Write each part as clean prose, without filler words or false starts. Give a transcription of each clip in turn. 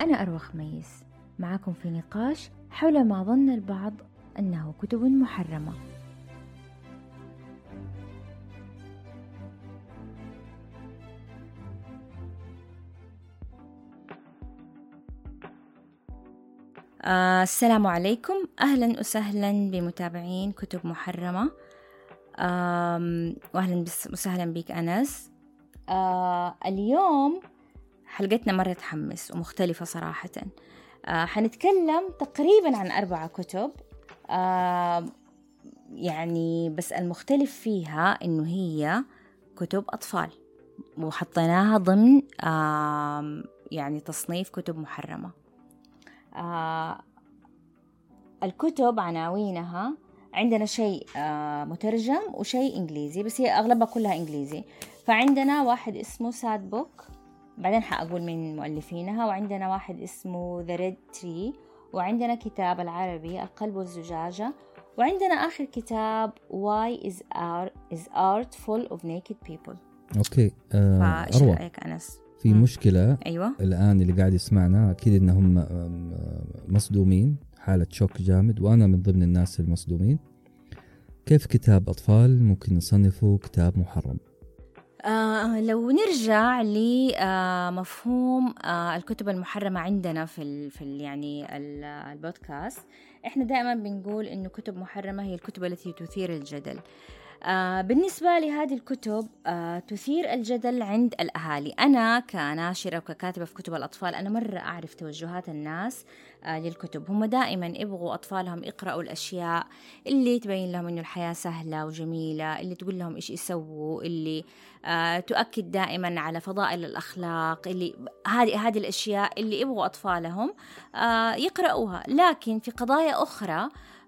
أنا أروى خميس معكم في نقاش حول ما ظن البعض أنه كتب محرمة. السلام عليكم، أهلا وسهلا بمتابعين كتب محرمة. وأهلا وسهلا بك أنس. اليوم حلقتنا مرة تحمس ومختلفة صراحة. حنتكلم تقريبا عن 4 كتب، يعني بس المختلف فيها إنه هي كتب أطفال وحطيناها ضمن يعني تصنيف كتب محرمة. الكتب عناوينها عندنا شيء مترجم وشيء إنجليزي، بس هي أغلبها كلها إنجليزي. فعندنا واحد اسمه ساد بوك، بعدين حأقول من مؤلفينها، وعندنا واحد اسمه The Red Tree، وعندنا كتاب العربي القلب والزجاجة، وعندنا آخر كتاب Why is art full of naked people. أوكي. فإيش رأيك أنس؟ في مشكلة. أيوة. الآن اللي قاعد يسمعنا أكيد إنهم مصدومين، حالة شوك جامد، وأنا من ضمن الناس المصدومين. كيف كتاب أطفال ممكن نصنفه كتاب محرم؟ لو نرجع لمفهوم الكتب المحرمة عندنا في يعني البودكاست، إحنا دائما بنقول إنه كتب محرمة هي الكتب التي تثير الجدل. بالنسبة لهذه الكتب تثير الجدل عند الأهالي. أنا كناشرة وككاتبة في كتب الأطفال أنا مرة أعرف توجهات الناس للكتب. هم دائما يبغوا أطفالهم يقرأوا الأشياء اللي تبين لهم إنه الحياة سهلة وجميلة، اللي تقول لهم إيش يسووا، اللي تؤكد دائما على فضائل الأخلاق، اللي هذه الأشياء اللي يبغوا أطفالهم يقرأوها. لكن في قضايا أخرى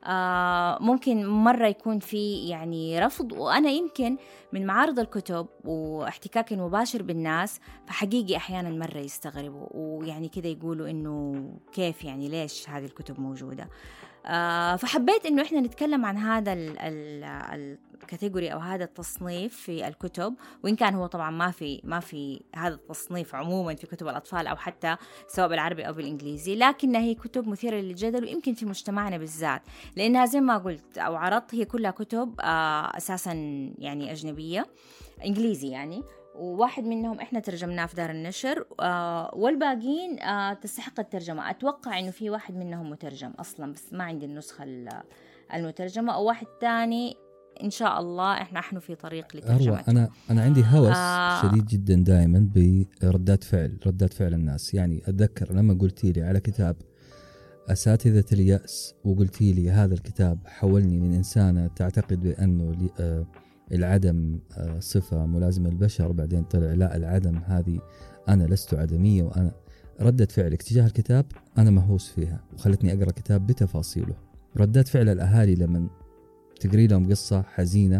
ممكن مرة يكون في يعني رفض، وأنا يمكن من معارض الكتب واحتكاك مباشر بالناس، فحقيقي أحيانا مرة يستغربوا ويعني كده يقولوا إنه كيف يعني ليش هذه الكتب موجودة. فحبيت إنه إحنا نتكلم عن هذا الكاتيجوري أو هذا التصنيف في الكتب، وإن كان هو طبعا ما في هذا التصنيف عموما في كتب الأطفال أو حتى سواء بالعربي أو بالإنجليزي، لكنها هي كتب مثيرة للجدل، ويمكن في مجتمعنا بالذات لأنها زي ما قلت أو عرضت هي كلها كتب أساسا يعني أجنبية إنجليزي يعني، وواحد منهم إحنا ترجمناه في دار النشر، والباقين تستحق الترجمة. أتوقع إنه في واحد منهم مترجم أصلا، بس ما عندي النسخة المترجمة، أو واحد تاني إن شاء الله إحنا في طريق لترجمته. أنا عندي هوس شديد جدا دائما بردات فعل الناس. يعني أتذكر لما قلتي لي على كتاب أساتذة اليأس، وقلتي لي هذا الكتاب حولني من إنسانة تعتقد بأنه العدم صفة ملازمة للبشر، بعدين طلع لا، العدم هذه أنا لست عدمية. وأنا ردة فعلك تجاه الكتاب أنا مهووس فيها، وخلتني أقرأ كتاب بتفاصيله. ردات فعل الأهالي لما تقري لهم قصة حزينة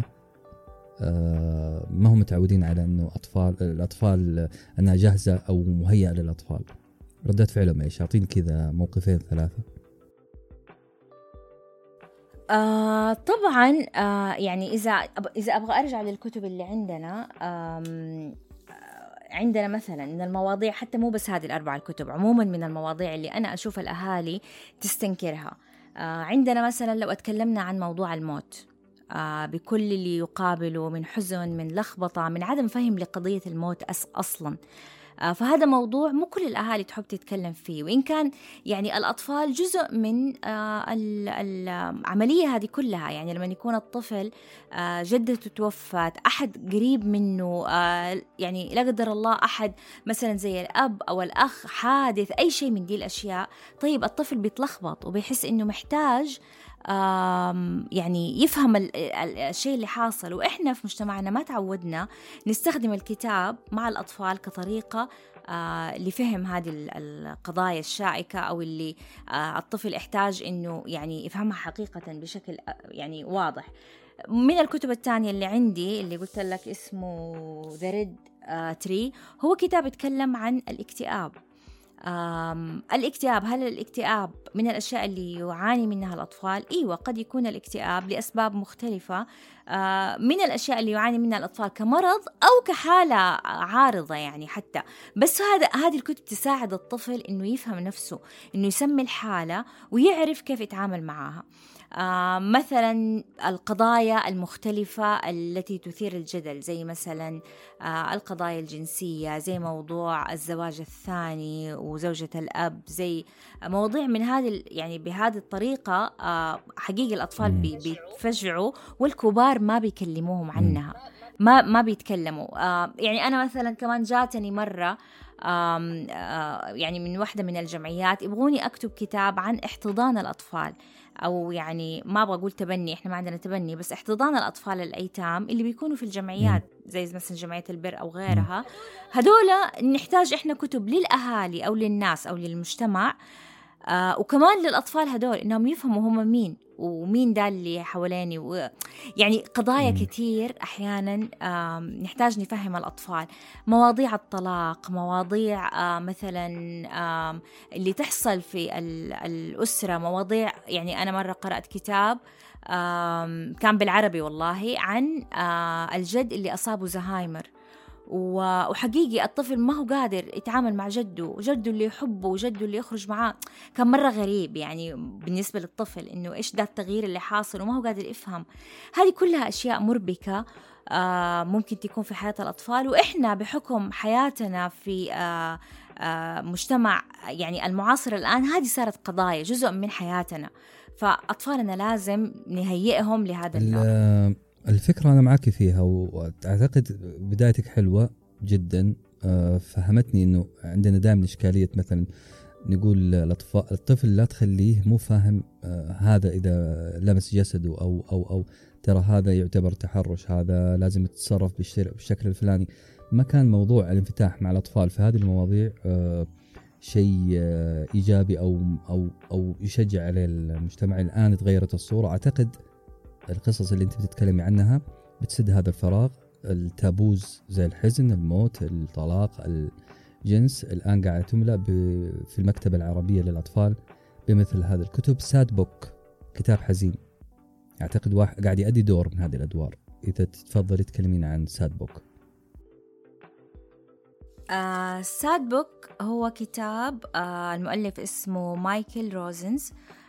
ما هم متعودين على أنه الأطفال أنها جاهزة أو مهيئة للأطفال، ردات فعلهم إيش؟ أعطيني كذا موقفين 3. طبعا يعني إذا أبغى أرجع للكتب اللي عندنا، عندنا مثلا من المواضيع، حتى مو بس هذه ال4 الكتب، عموما من المواضيع اللي أنا أشوف الأهالي تستنكرها. عندنا مثلا لو أتكلمنا عن موضوع الموت بكل اللي يقابله من حزن، من لخبطة، من عدم فهم لقضية الموت أصلا. فهذا موضوع مو كل الأهالي تحب تتكلم فيه، وإن كان يعني الأطفال جزء من العملية هذه كلها. يعني لما يكون الطفل جدته توفت، أحد قريب منه يعني لا قدر الله أحد مثلا زي الأب أو الأخ حادث، أي شيء من دي الأشياء، طيب الطفل بيتلخبط وبيحس إنه محتاج يعني يفهم الشيء اللي حاصل. وإحنا في مجتمعنا ما تعودنا نستخدم الكتاب مع الأطفال كطريقة لفهم هذه القضايا الشائكة، أو اللي الطفل يحتاج إنه يعني يفهمها حقيقة بشكل يعني واضح. من الكتب الثانية اللي عندي اللي قلت لك اسمه The Red Tree، هو كتاب يتكلم عن الاكتئاب. الاكتئاب، هل الاكتئاب من الأشياء اللي يعاني منها الأطفال؟ إيوة، قد يكون الاكتئاب لأسباب مختلفة من الأشياء اللي يعاني منها الأطفال كمرض أو كحالة عارضة يعني حتى. بس هذه الكتب تساعد الطفل إنه يفهم نفسه، إنه يسمي الحالة ويعرف كيف يتعامل معها. مثلا القضايا المختلفة التي تثير الجدل، زي مثلا القضايا الجنسية، زي موضوع الزواج الثاني وزوجة الأب، زي مواضيع من هذه يعني بهذه الطريقة. حقيقي الأطفال بيتفجعوا والكبار ما بيكلموهم عنها، ما بيتكلموا. يعني أنا مثلا كمان جاتني مرة يعني من واحدة من الجمعيات يبغوني أكتب كتاب عن احتضان الأطفال، أو يعني ما أبغى أقول تبني، إحنا ما عندنا تبني، بس احتضان الأطفال الأيتام اللي بيكونوا في الجمعيات زي مثلا جمعية البر أو غيرها. هدول نحتاج إحنا كتب للأهالي أو للناس أو للمجتمع، وكمان للأطفال هدول إنهم يفهموا هم مين ومين ده اللي حواليني. يعني قضايا كتير أحيانا نحتاج نفهم الأطفال. مواضيع الطلاق، مواضيع مثلا اللي تحصل في الأسرة، مواضيع يعني أنا مرة قرأت كتاب كان بالعربي والله عن الجد اللي أصابه زهايمر، وحقيقي الطفل ما هو قادر يتعامل مع جده اللي يحبه وجده اللي يخرج معاه. كان مرة غريب يعني بالنسبة للطفل إنه إيش ده التغيير اللي حاصل وما هو قادر يفهم. هذه كلها أشياء مربكة ممكن تكون في حياة الأطفال، وإحنا بحكم حياتنا في مجتمع يعني المعاصر الآن، هذه صارت قضايا جزء من حياتنا، فأطفالنا لازم نهيئهم لهذا النوع. الفكرة أنا معك فيها، وأعتقد بدايتك حلوة جدا. فهمتني أنه عندنا دائما إشكالية، مثلا نقول الطفل لا تخليه مو فاهم هذا إذا لمس جسده أو ترى هذا يعتبر تحرش، هذا لازم تتصرف بالشكل الفلاني. ما كان موضوع الانفتاح مع الأطفال في هذه المواضيع شيء إيجابي أو يشجع عليه المجتمع. الآن تغيرت الصورة. أعتقد القصص اللي انت بتتكلمي عنها بتسد هذا الفراغ. التابوز زي الحزن، الموت، الطلاق، الجنس الآن قاعدة تملأ في المكتبة العربية للأطفال بمثل هذه الكتب. ساد بوك كتاب حزين، أعتقد واحد قاعد يؤدي دور من هذه الأدوار. إذا تفضلي تكلمين عن ساد بوك. ساد بوك هو كتاب المؤلف اسمه مايكل روزنز،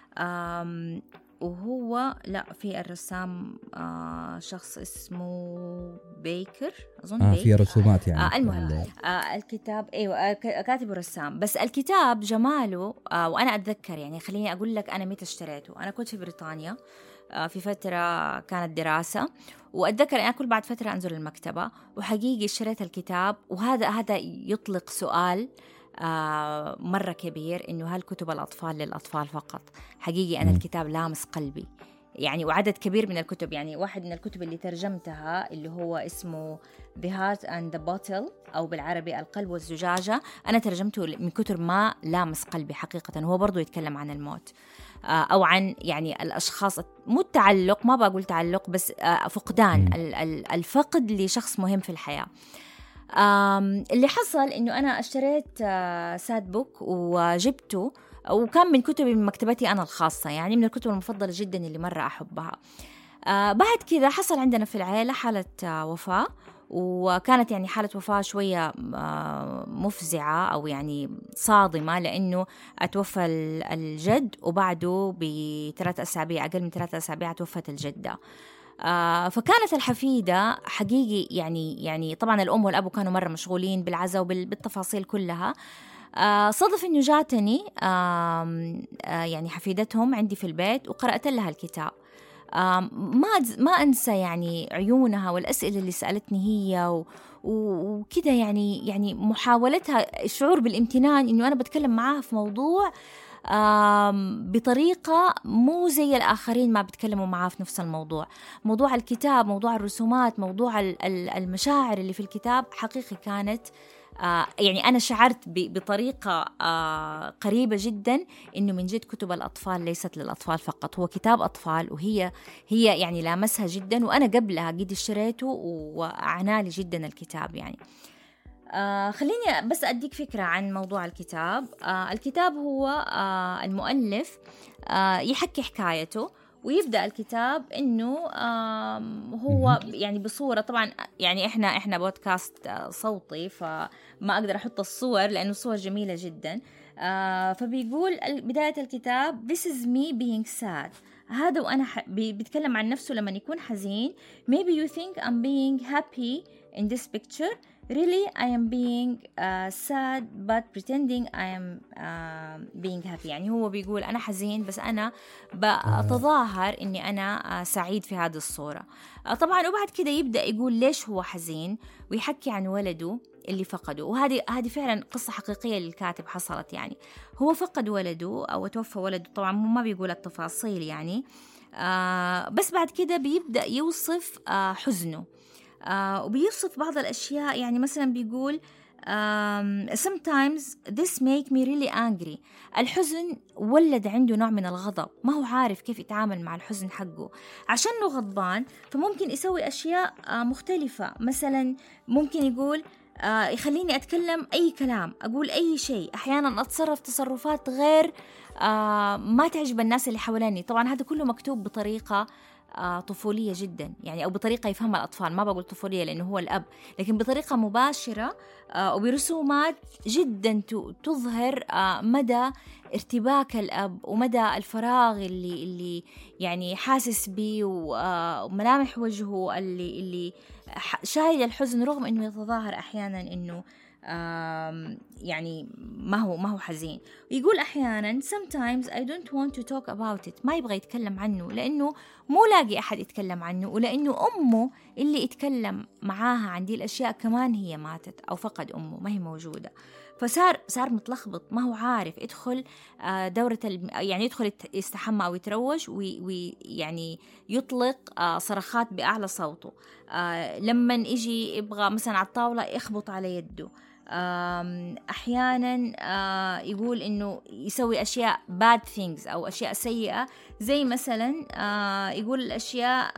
وهو في الرسام شخص اسمه بيكر أظن. بيكر في رسومات يعني. المهم الكتاب أيوة كاتب الرسام. بس الكتاب جماله وأنا أتذكر يعني، خليني أقول لك أنا متى اشتريته. أنا كنت في بريطانيا في فترة كانت دراسة، وأتذكر أنا كل بعد فترة أنزل المكتبة، وحقيقي اشتريت الكتاب. وهذا يطلق سؤال مرة كبير، إنه هل كتب الأطفال للأطفال فقط؟ حقيقي أنا الكتاب لامس قلبي يعني، وعدد كبير من الكتب. يعني واحد من الكتب اللي ترجمتها اللي هو اسمه The Heart and the Bottle، أو بالعربي القلب والزجاجة، أنا ترجمته من كتر ما لامس قلبي حقيقة. هو برضو يتكلم عن الموت أو عن يعني الأشخاص، مو التعلق، ما بقول تعلق، بس فقدان الفقد لشخص مهم في الحياة. اللي حصل إنه أنا اشتريت ساد بوك وجبته، وكان من كتبي من مكتبتي أنا الخاصة، يعني من الكتب المفضلة جدا اللي مرة أحبها. بعد كذا حصل عندنا في العائلة حالة وفاة، وكانت يعني حالة وفاة شوية مفزعة أو يعني صادمة، لأنه أتوفى الجد وبعده ب3 أسابيع، أقل من 3 أسابيع توفت الجدة. فكانت الحفيدة حقيقي يعني طبعا الأم والأب كانوا مرة مشغولين بالعزاء وبالتفاصيل كلها. صدف إنه جاتني يعني حفيدتهم عندي في البيت، وقرأت لها الكتاب. ما أنسى يعني عيونها والأسئلة اللي سألتني هي وكده، يعني محاولتها الشعور بالامتنان إنه أنا بتكلم معاها في موضوع بطريقة مو زي الآخرين ما بيتكلموا معاه في نفس الموضوع. موضوع الكتاب، موضوع الرسومات، موضوع المشاعر اللي في الكتاب حقيقي كانت يعني أنا شعرت بطريقة قريبة جدا إنه من جد كتب الأطفال ليست للأطفال فقط، هو كتاب أطفال، وهي يعني لامسها جدا. وأنا قبلها قد اشتريته وأعنالي جدا الكتاب يعني. خليني بس أديك فكرة عن موضوع الكتاب. الكتاب هو المؤلف يحكي حكايته، ويبدأ الكتاب إنه هو يعني بصورة، طبعا يعني إحنا بودكاست صوتي فما أقدر أحط الصور لأنه الصور جميلة جدا. فبيقول بداية الكتاب This is me being sad. هذا وأنا بيتكلم عن نفسه لما يكون حزين. Maybe you think I'm being happy in this picture. Really, I am being sad but pretending I am being happy. يعني هو بيقول أنا حزين بس أنا بتظاهر إني أنا سعيد في هذه الصورة. طبعا وبعد كده يبدأ يقول ليش هو حزين ويحكي عن ولده اللي فقده. وهذه فعلا قصة حقيقية للكاتب حصلت. يعني هو فقد ولده أو توفى ولده، طبعا ما بيقول التفاصيل يعني. بس بعد كده بيبدأ يوصف حزنه، وبيوصف بعض الأشياء. يعني مثلا بيقول sometimes this make me really angry. الحزن ولد عنده نوع من الغضب، ما هو عارف كيف يتعامل مع الحزن حقه. عشانه غضبان فممكن يسوي أشياء مختلفة. مثلا ممكن يقول يخليني أتكلم أي كلام، أقول أي شيء، أحيانا أتصرف تصرفات غير ما تعجب الناس اللي حواليني. طبعا هذا كله مكتوب بطريقة طفولية جدا يعني، أو بطريقة يفهمها الأطفال. ما بقول طفولية لأنه هو الأب، لكن بطريقة مباشرة وبرسومات جدا تظهر مدى ارتباك الأب ومدى الفراغ اللي يعني حاسس به، وملامح وجهه اللي شايل الحزن رغم أنه يتظاهر أحيانا أنه يعني ما هو حزين. ويقول أحيانا sometimes I don't want to talk about it. ما يبغى يتكلم عنه لأنه مو لاقي أحد يتكلم عنه، ولأنه أمه اللي يتكلم معاها عن دي الأشياء كمان هي ماتت أو فقد أمه، ما هي موجودة. فصار متلخبط، ما هو عارف يدخل دورة يعني يدخل يستحمى أو يتروش ويعني يطلق صرخات بأعلى صوته. لما يجي يبغى مثلا على الطاولة يخبط على يده. أحيانا يقول إنه يسوي أشياء bad things أو أشياء سيئة، زي مثلا يقول الأشياء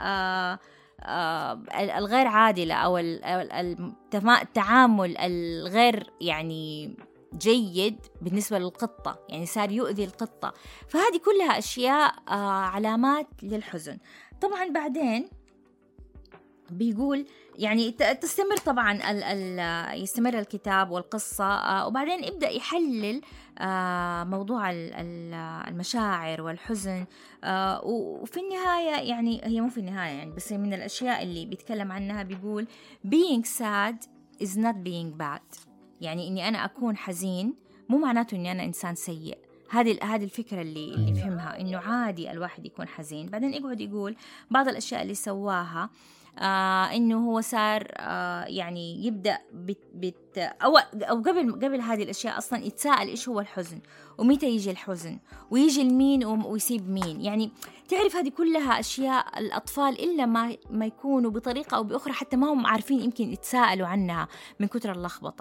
الغير عادلة أو التعامل الغير يعني جيد بالنسبة للقطة، يعني صار يؤذي القطة. فهذه كلها أشياء علامات للحزن. طبعا بعدين بيقول يعني تستمر طبعا يستمر الكتاب والقصة، وبعدين يبدأ يحلل موضوع المشاعر والحزن. وفي النهاية يعني هي مو في النهاية يعني، بس من الأشياء اللي بيتكلم عنها بيقول being sad is not being bad. يعني إني أنا أكون حزين مو معناته إني أنا إنسان سيء. هذه الفكرة اللي فهمها، إنه عادي الواحد يكون حزين. بعدين يقعد يقول بعض الأشياء اللي سواها، إنه هو صار يعني يبدأ أو قبل هذه الأشياء أصلا يتساءل إيش هو الحزن ومتى يجي الحزن ويجي لمين ويسيب مين. يعني تعرف هذه كلها أشياء الأطفال إلا ما يكونوا بطريقة أو بأخرى حتى ما هم عارفين يمكن يتساءلوا عنها من كتر اللخبطة.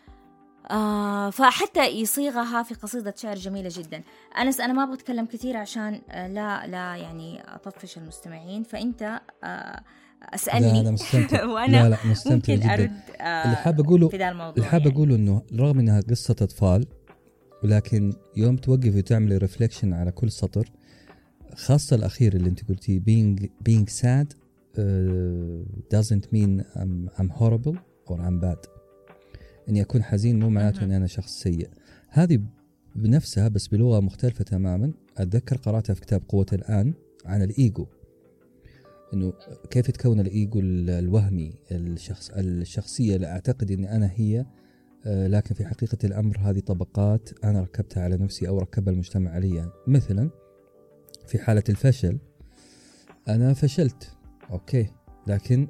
فحتى يصيغها في قصيدة شعر جميلة جدا. أنا ما بتكلم كثير عشان لا يعني أطفش المستمعين، فأنت أسألني. لا أنا مستمتع. وأنا لا مستمتع ممكن جدا. أرد في ذا الموضوع. اللي حاب أقوله إنه رغم إنها قصة أطفال، ولكن يوم توقف وتعمل ريفليكشن على كل سطر، خاصة الأخير اللي أنت قلتي being sad doesn't mean I'm horrible or I'm bad. إني أكون حزين مو معناته إني أنا شخص سيء. هذه بنفسها بس بلغة مختلفة تماما. أتذكر قرأتها في كتاب قوة الآن عن الإيجو، إنه كيف يتكون الإيجو الوهمي، الشخصية اللي أعتقد إن أنا هي، لكن في حقيقة الأمر هذه طبقات أنا ركبتها على نفسي أو ركبها المجتمع عليا. مثلا في حالة الفشل، أنا فشلت أوكي، لكن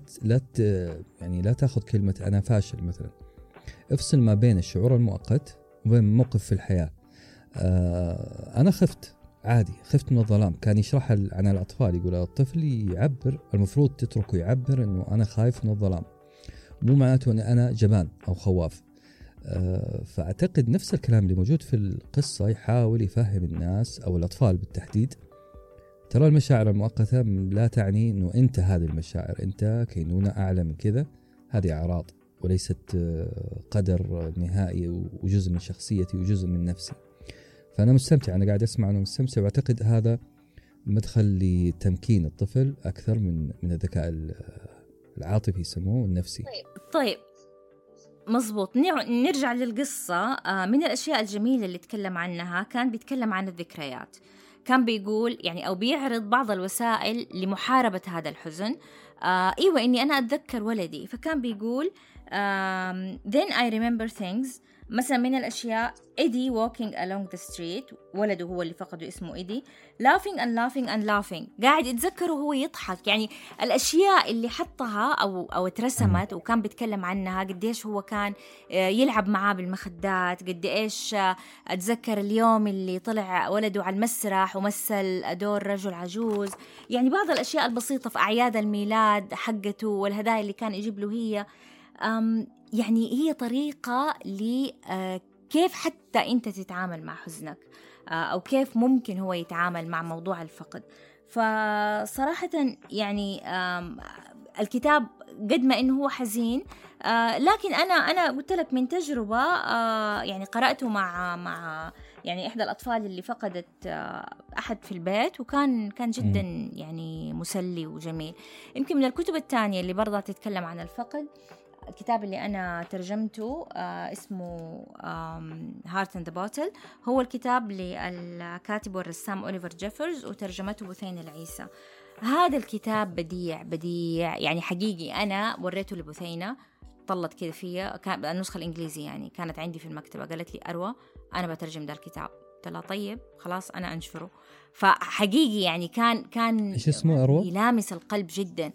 لا تأخذ كلمة أنا فاشل مثلا. افصل ما بين الشعور المؤقت وبين موقف في الحياة. أنا خفت عادي، خفت من الظلام. كان يشرح عن الأطفال، يقول الطفل يعبر، المفروض تتركه يعبر إنه أنا خايف من الظلام، مو معناته أن أنا جبان أو خواف. فأعتقد نفس الكلام اللي موجود في القصة يحاول يفهم الناس أو الأطفال بالتحديد. ترى المشاعر المؤقتة لا تعني أنه أنت هذه المشاعر، أنت كينونة أعلى من كذا. هذه أعراض وليست قدر نهائي وجزء من شخصيتي وجزء من نفسي. فأنا مستمتع، أنا قاعد أسمع أنا مستمتع، وأعتقد هذا مدخل لتمكين الطفل أكثر من الذكاء العاطفي يسموه النفسي. طيب مزبوط. نرجع للقصة. من الأشياء الجميلة اللي تكلم عنها كان بيتكلم عن الذكريات، كان بيقول يعني أو بيعرض بعض الوسائل لمحاربة هذا الحزن. إيوة إني أنا أتذكر ولدي، فكان بيقول then I remember things. مثلا من الأشياء إيدي walking along the street، ولده هو اللي فقده اسمه إيدي، laughing and laughing and laughing، قاعد يتذكره وهو يضحك. يعني الأشياء اللي حطها أو اترسمت وكان بيتكلم عنها، قديش هو كان يلعب معاه بالمخدات، قديش أتذكر اليوم اللي طلع ولده على المسرح ومثل دور رجل عجوز. يعني بعض الأشياء البسيطة في أعياد الميلاد حقته والهدايا اللي كان يجيب له هي يعني هي طريقة كيف حتى أنت تتعامل مع حزنك، أو كيف ممكن هو يتعامل مع موضوع الفقد. فصراحة يعني الكتاب قد ما إنه هو حزين، لكن أنا قلت لك من تجربة، يعني قرأته مع يعني إحدى الأطفال اللي فقدت أحد في البيت، وكان جدا يعني مسلي وجميل. يمكن من الكتب الثانية اللي برضه تتكلم عن الفقد، الكتاب اللي أنا ترجمته اسمه Heart and the Bottle، هو الكتاب للكاتب والرسام أوليفر جيفرز، وترجمته بثينة العيسى. هذا الكتاب بديع يعني حقيقي. أنا وريته لبثينة، طلت كده فيها، كان النسخة الإنجليزية يعني كانت عندي في المكتبة، قالت لي أروى أنا بترجم ده الكتاب. قلت لها طيب خلاص أنا أنشره. فحقيقي يعني كان إيش اسمه أروى؟ يلامس القلب جدا.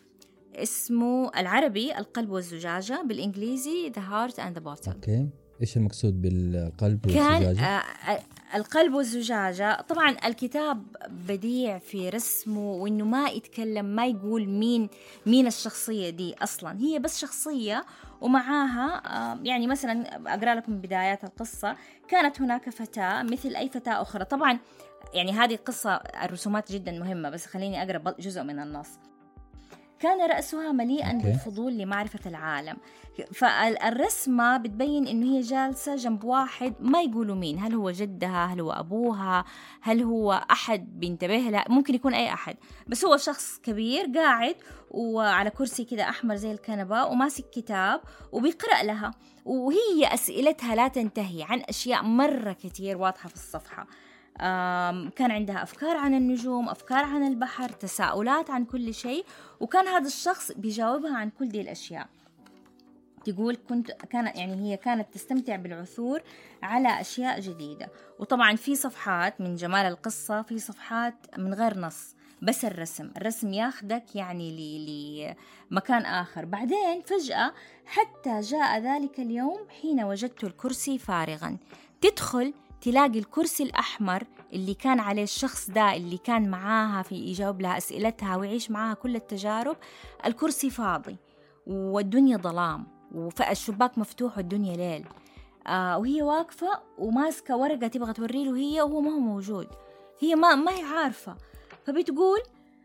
اسمه العربي القلب والزجاجة، بالإنجليزي The Heart and the Bottle. أوكي. إيش المقصود بالقلب والزجاجة؟ كان القلب والزجاجة. طبعا الكتاب بديع في رسمه، وإنه ما يتكلم، ما يقول مين الشخصية دي أصلا، هي بس شخصية ومعاها يعني مثلا أقرأ لكم بدايات القصة. كانت هناك فتاة مثل أي فتاة أخرى. طبعا يعني هذه القصة الرسومات جدا مهمة، بس خليني أقرأ جزء من النص. كان رأسها مليئا بالفضول لمعرفة العالم. فالرسمة بتبين إنه هي جالسة جنب واحد ما يقولوا مين، هل هو جدها، هل هو أبوها، هل هو أحد بينتبه له، ممكن يكون أي أحد، بس هو شخص كبير قاعد وعلى كرسي كده أحمر زي الكنبة وماسك كتاب وبيقرأ لها، وهي أسئلتها لا تنتهي عن أشياء مرة كتير واضحة في الصفحة. كان عندها أفكار عن النجوم، أفكار عن البحر، تساؤلات عن كل شيء، وكان هذا الشخص بيجاوبها عن كل دي الأشياء. تقول هي كانت تستمتع بالعثور على أشياء جديدة. وطبعا في صفحات من جمال القصة، في صفحات من غير نص، بس الرسم ياخدك يعني لمكان آخر. بعدين فجأة حتى جاء ذلك اليوم حين وجدت الكرسي فارغا. تدخل تلاقي الكرسي الأحمر اللي كان عليه الشخص ده اللي كان معاها في يجاوب لها أسئلتها ويعيش معاها كل التجارب، الكرسي فاضي والدنيا ظلام والشباك مفتوح والدنيا ليل. وهي واقفة وماسكة ورقة تبغى توريله هي، وهو ما هو موجود، هي ما هي عارفة. فبتقول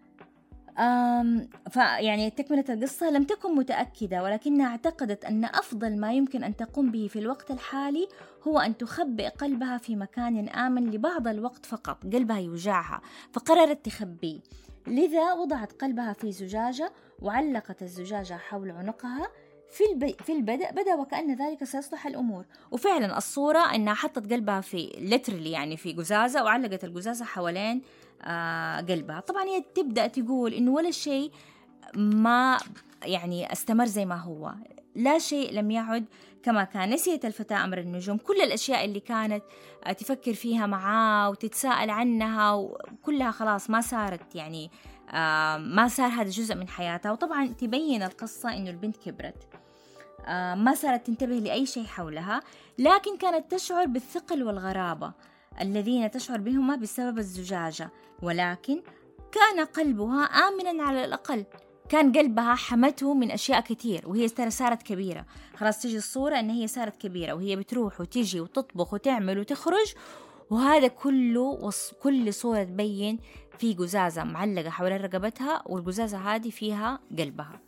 يعني تكملة القصة: لم تكن متأكدة، ولكنها اعتقدت أن أفضل ما يمكن أن تقوم به في الوقت الحالي هو أن تخبئ قلبها في مكان آمن لبعض الوقت فقط. قلبها يوجعها فقررت تخبيه، لذا وضعت قلبها في زجاجة وعلقت الزجاجة حول عنقها. في البدء بدأ وكأن ذلك سيصلح الأمور، وفعلا الصورة أنها حطت قلبها في لترلي يعني في قزازة، وعلقت القزازة حوالين قلبها. طبعا هي تبدأ تقول إنه ولا شيء ما يعني استمر زي ما هو، لا شيء لم يعد كما كان. نسيت الفتاة أمر النجوم، كل الأشياء اللي كانت تفكر فيها معاه وتتساءل عنها وكلها خلاص ما صارت، يعني ما صار هذا جزء من حياتها. وطبعا تبين القصة إنه البنت كبرت، ما صارت تنتبه لأي شيء حولها، لكن كانت تشعر بالثقل والغرابة الذين تشعر بهما بسبب الزجاجة، ولكن كان قلبها آمنا على الأقل. كان قلبها حمته من أشياء كتير، وهي صارت كبيرة خلاص. تجي الصورة أن هي صارت كبيرة وهي بتروح وتجي وتطبخ وتعمل وتخرج، وهذا كل صورة تبين في قزازة معلقة حول رقبتها، والقزازة هذه فيها قلبها.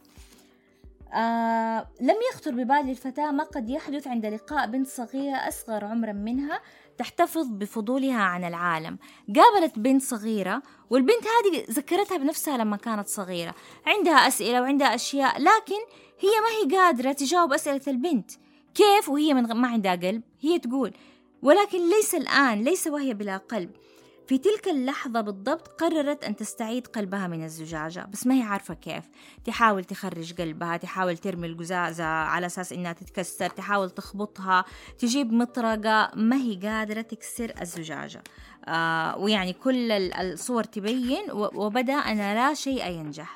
لم يخطر ببال الفتاة ما قد يحدث عند لقاء بنت صغيرة أصغر عمرا منها تحتفظ بفضولها عن العالم. قابلت بنت صغيرة، والبنت هذه ذكرتها بنفسها لما كانت صغيرة، عندها أسئلة وعندها أشياء، لكن هي ما هي قادرة تجاوب أسئلة البنت. كيف وهي ما عندها قلب؟ هي تقول ولكن ليس الآن، ليس وهي بلا قلب. في تلك اللحظة بالضبط قررت أن تستعيد قلبها من الزجاجة، بس ما هي عارفة كيف. تحاول تخرج قلبها، تحاول ترمي القزازة على أساس إنها تتكسر، تحاول تخبطها، تجيب مطرقة، ما هي قادرة تكسر الزجاجة. ويعني كل الصور تبين، وبدأ أن لا شيء ينجح.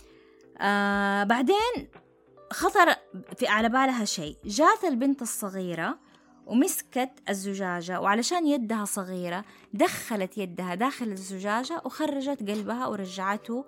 بعدين خطر على بالها شيء. جات البنت الصغيرة ومسكت الزجاجة، وعلشان يدها صغيرة دخلت يدها داخل الزجاجة وخرجت قلبها ورجعته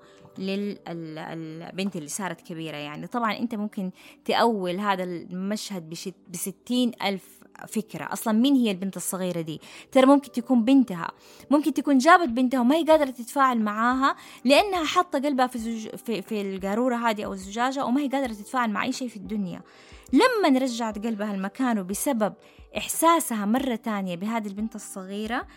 للبنت اللي صارت كبيرة. يعني طبعا أنت ممكن تأول هذا المشهد ب60,000 فكرة. أصلا مين هي البنت الصغيرة دي؟ ترى ممكن تكون بنتها، ممكن تكون جابت بنتها وما هي قادرة تتفاعل معاها لأنها حاطة قلبها في القارورة هذه أو الزجاجة، وما هي قادرة تتفاعل مع أي شيء في الدنيا. لما رجعت قلبها لمكانه بسبب إحساسها مرة تانية بهذه البنت الصغيرة،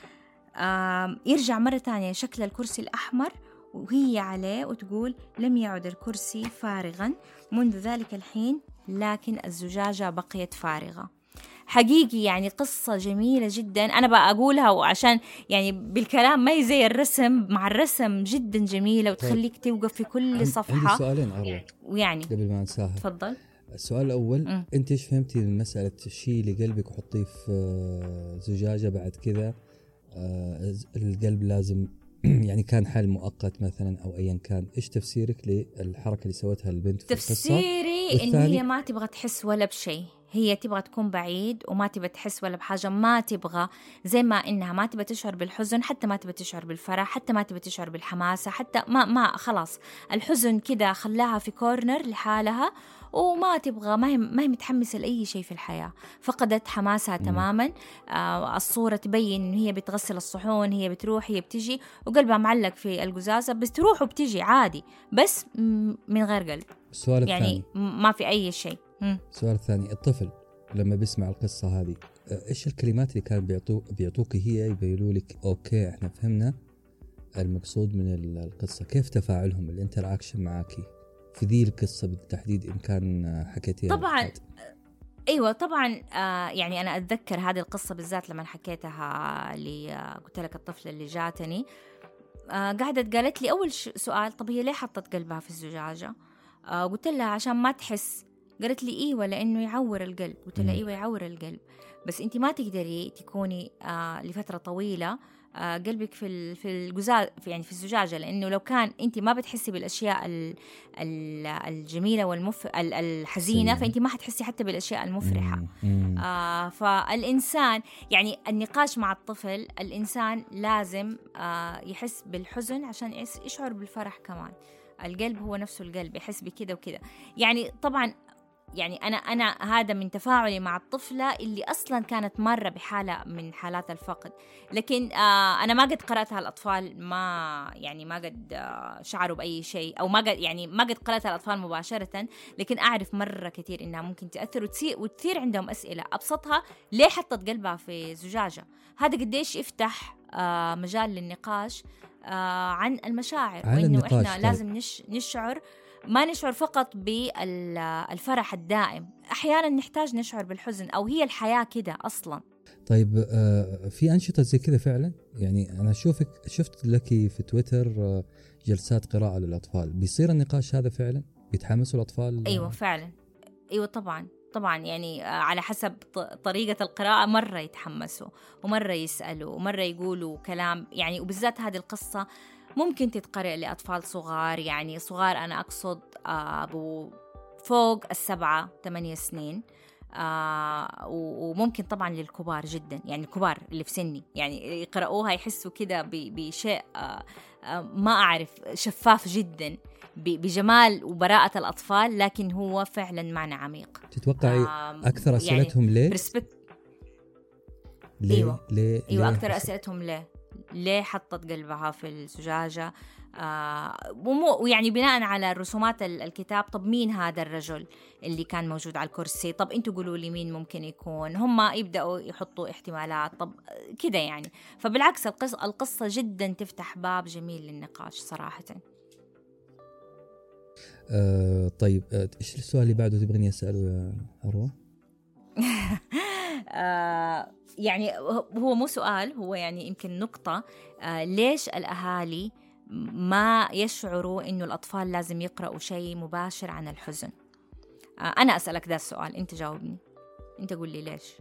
يرجع مرة تانية شكل الكرسي الأحمر وهي عليه، وتقول لم يعد الكرسي فارغا منذ ذلك الحين، لكن الزجاجة بقيت فارغة. حقيقي يعني قصة جميلة جدا. أنا بقى أقولها وعشان يعني بالكلام ما هي زي الرسم، مع الرسم جدا جميلة وتخليك توقف في كل صفحة. عندي سؤالين أروى ويعني قبل ما ننساها. تفضل. السؤال الأول، أنت إيش فهمتي من مسألة شيلي قلبك وحطيه في زجاجة بعد كذا القلب لازم يعني كان حل مؤقت مثلا أو أيا كان؟ إيش تفسيرك للحركة اللي سوتها البنت في القصة؟ تفسيري إن هي ما تبغى تحس ولا بشيء، هي تبغى تكون بعيد وما تبغى تحس ولا بحاجة، ما تبغى زي ما إنها ما تبغى تشعر بالحزن، حتى ما تبغى تشعر بالفرح، حتى ما تبغى تشعر بالحماسة، حتى ما خلاص الحزن كده خلاها في كورنر لحالها، وما تبغى، ما هي متحمسة لأي شيء في الحياة، فقدت حماسها تماما. الصورة تبين إن هي بتغسل الصحون، هي بتروح هي بتجي وقلبها معلق في القزازة، بس تروح وبتجي عادي، بس من غير قلب. السؤال يعني الثاني، ما في أي شيء. السؤال الثاني، الطفل لما بيسمع القصة هذه إيش الكلمات اللي كان بيعطوك هي يبينوا لك أوكي إحنا فهمنا المقصود من القصة؟ كيف تفاعلهم، الانتراكشن معاكي في ذي القصة بالتحديد إن كان حكيتيها؟ طبعا أيوة طبعا. يعني أنا أتذكر هذه القصة بالذات لما حكيتها قلت لك الطفلة اللي جاتني قالت لي أول سؤال، طب هي ليه حطت قلبها في الزجاجة؟ قلت لها عشان ما تحس. قالت لي إيوة لأنه يعور القلب. قلت لها إيوة يعور القلب، بس أنت ما تقدري تكوني لفترة طويلة قلبك في الجزاز، يعني في الزجاجة، لأنه لو كان أنت ما بتحسي بالأشياء الجميلة الحزينة، فأنت ما حتحسي حتى بالأشياء المفرحة. فالإنسان يعني النقاش مع الطفل، الإنسان لازم يحس بالحزن عشان يشعر بالفرح كمان. القلب هو نفسه القلب يحس بكده وكده. يعني طبعا يعني أنا هذا من تفاعلي مع الطفلة اللي أصلا كانت مرة بحالة من حالات الفقد، لكن أنا ما قد قرأتها الأطفال، ما قد شعروا بأي شيء، أو ما قد قرأتها الأطفال مباشرة، لكن أعرف مرة كتير إنها ممكن تأثر وتثير عندهم أسئلة. أبسطها ليه حطت قلبها في زجاجة؟ هذا قديش يفتح مجال للنقاش عن المشاعر، وإنه إحنا لازم نشعر، ما نشعر فقط بالفرح الدائم، أحيانا نحتاج نشعر بالحزن، أو هي الحياة كده أصلا. طيب في أنشطة زي كده فعلا؟ يعني أنا شفت لك في تويتر جلسات قراءة للأطفال، بيصير النقاش هذا فعلا؟ بيتحمسوا الأطفال؟ أيوة فعلا، أيوة طبعا يعني على حسب طريقة القراءة، مرة يتحمسوا ومرة يسألوا ومرة يقولوا كلام يعني. وبالذات هذه القصة ممكن تتقرأ لأطفال صغار، يعني صغار أنا أقصد فوق 7-8 سنين، وممكن طبعا للكبار جدا، يعني الكبار اللي في سني يعني يقرأوها يحسوا كده بشيء ما أعرف، شفاف جدا بجمال وبراءة الأطفال، لكن هو فعلا معنى عميق. تتوقعي أكثر أسئلتهم يعني ليه؟ أيوة أكثر أسئلتهم ليه حطت قلبها في الزجاجة؟ ويعني بناء على رسومات الكتاب، طب مين هذا الرجل اللي كان موجود على الكرسي؟ طب انتوا قولوا لي مين ممكن يكون. هم يبدأوا يحطوا احتمالات، طب كده يعني. فبالعكس القصة جدا تفتح باب جميل للنقاش صراحة. طيب ايش السؤال اللي بعده تبغيني اساله يا أروى؟ يعني هو مو سؤال، هو يعني يمكن نقطة. ليش الأهالي ما يشعروا إنه الأطفال لازم يقرأوا شيء مباشر عن الحزن؟ أنا أسألك ذا السؤال، أنت جاوبني، أنت قول لي ليش.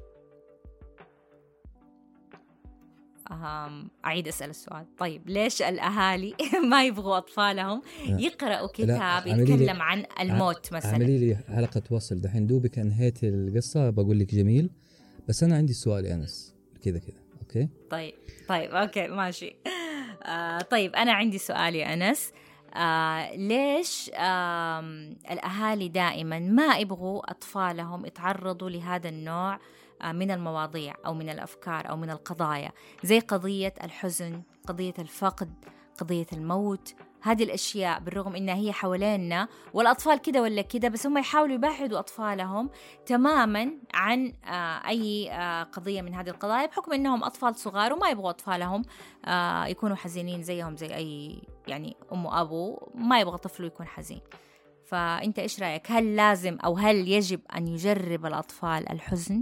أعيد أسأل السؤال. طيب ليش الأهالي ما يبغوا أطفالهم يقرأوا كتاب يتكلم عن الموت مثلا؟ اعملي لي حلقة وصل دحين، دوبك أنهيت القصة بقول لك جميل، بس أنا عندي سؤال يا أنس كذا أوكي؟ طيب أوكي ماشي. طيب أنا عندي سؤال يا أنس. ليش الأهالي دائما ما يبغوا أطفالهم يتعرضوا لهذا النوع من المواضيع أو من الأفكار أو من القضايا، زي قضية الحزن، قضية الفقد، قضية الموت؟ هذه الأشياء بالرغم إنها هي حوالينا والأطفال كده ولا كده، بس هم يحاولوا يبعدوا أطفالهم تماما عن أي قضية من هذه القضايا، بحكم إنهم أطفال صغار وما يبغوا أطفالهم يكونوا حزينين زيهم زي أي يعني أم وأبو، ما يبغى طفله يكون حزين. فأنت إيش رأيك؟ هل لازم أو هل يجب أن يجرب الأطفال الحزن؟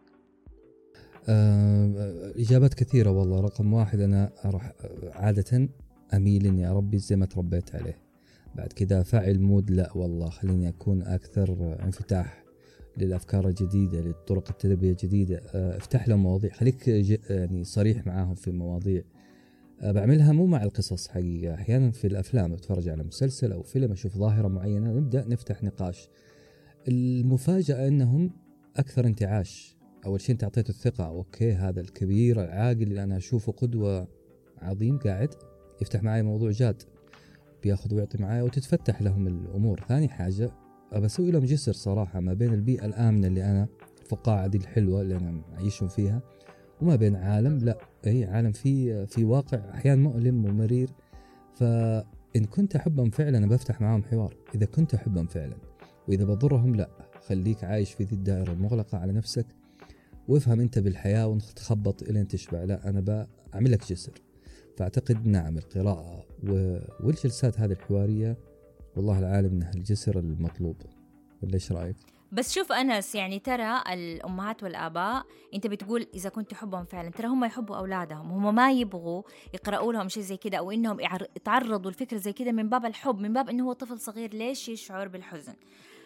إجابات كثيرة والله. رقم واحد، أنا عادة أميل إني أربي زي ما تربيت عليه. بعد كذا فاعل مود، لا والله خليني أكون أكثر انفتاح للأفكار الجديدة، للطرق التربية الجديدة. افتح لهم مواضيع، خليك يعني صريح معاهم في مواضيع. بعملها مو مع القصص حقيقة، أحيانا في الأفلام أتفرج على مسلسل أو فيلم أشوف ظاهرة معينة نبدأ نفتح نقاش. المفاجأة أنهم أكثر انتعاش. أول شيء أنت أعطيته الثقة، أوكي هذا الكبير العاقل اللي أنا أشوفه قدوة عظيم قاعد يفتح معي موضوع جاد، بياخذ ويعطي معي وتتفتح لهم الأمور. ثاني حاجة بسوي لهم جسر صراحة ما بين البيئة الآمنة اللي أنا فقاعة دي الحلوة اللي أنا أعيشهم فيها، وما بين عالم لا أي عالم في واقع أحيانا مؤلم ومرير. فإن كنت أحبهم فعلا بفتح معهم حوار، إذا كنت أحبهم فعلا، وإذا بضرهم لا، خليك عايش في ذي الدائرة المغلقة على نفسك وافهم أنت بالحياة ونتخبط إلين تشبع. لا أنا بأعمل لك جسر. فأعتقد نعم القراءة والجلسات هذه الحوارية والله العالم أنها الجسر المطلوب. ولا إيش رأيك؟ بس شوف أنس، يعني ترى الأمهات والآباء أنت بتقول إذا كنت تحبهم فعلا، ترى هم يحبوا أولادهم، هم ما يبغوا يقرأوا لهم شيء زي كده أو إنهم يتعرضوا لفكرة زي كده من باب الحب، من باب إنه هو طفل صغير ليش يشعر بالحزن.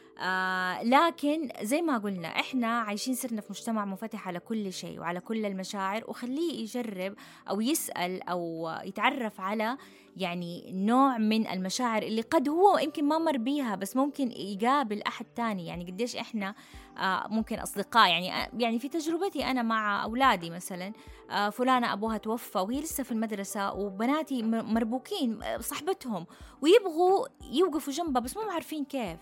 لكن زي ما قلنا إحنا عايشين صرنا في مجتمع منفتح على كل شيء وعلى كل المشاعر، وخليه يجرب أو يسأل أو يتعرف على يعني نوع من المشاعر اللي قد هو يمكن ما مر بيها، بس ممكن يقابل أحد تاني. يعني قديش إحنا ممكن أصدقاء، يعني في تجربتي أنا مع أولادي مثلا، فلانة أبوها توفى وهي لسه في المدرسة وبناتي مربوكين صحبتهم ويبغوا يوقفوا جنبها بس مو عارفين كيف.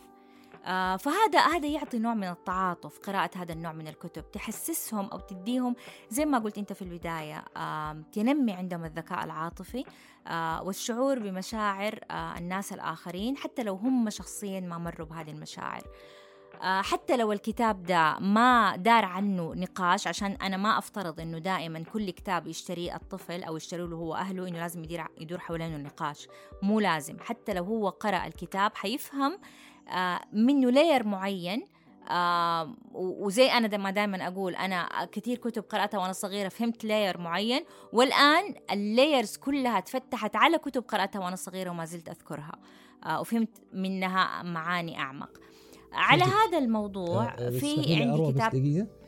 فهذا يعطي نوع من التعاطف. قراءة هذا النوع من الكتب تحسسهم أو تديهم زي ما قلت أنت في البداية، تنمي عندهم الذكاء العاطفي والشعور بمشاعر الناس الآخرين، حتى لو هم شخصيا ما مروا بهذه المشاعر. حتى لو الكتاب ده ما دار عنه نقاش، عشان أنا ما أفترض أنه دائما كل كتاب يشتريه الطفل أو يشتريه له هو أهله إنه لازم يدور حوالينه النقاش. مو لازم. حتى لو هو قرأ الكتاب حيفهم منه لاير معين. وزي أنا دائما أقول، أنا كثير كتب قرأتها وأنا صغيرة فهمت لاير معين، والآن اللايرز كلها تفتحت على كتب قرأتها وأنا صغيرة وما زلت أذكرها وفهمت منها معاني أعمق. على هذا الموضوع في عندي كتاب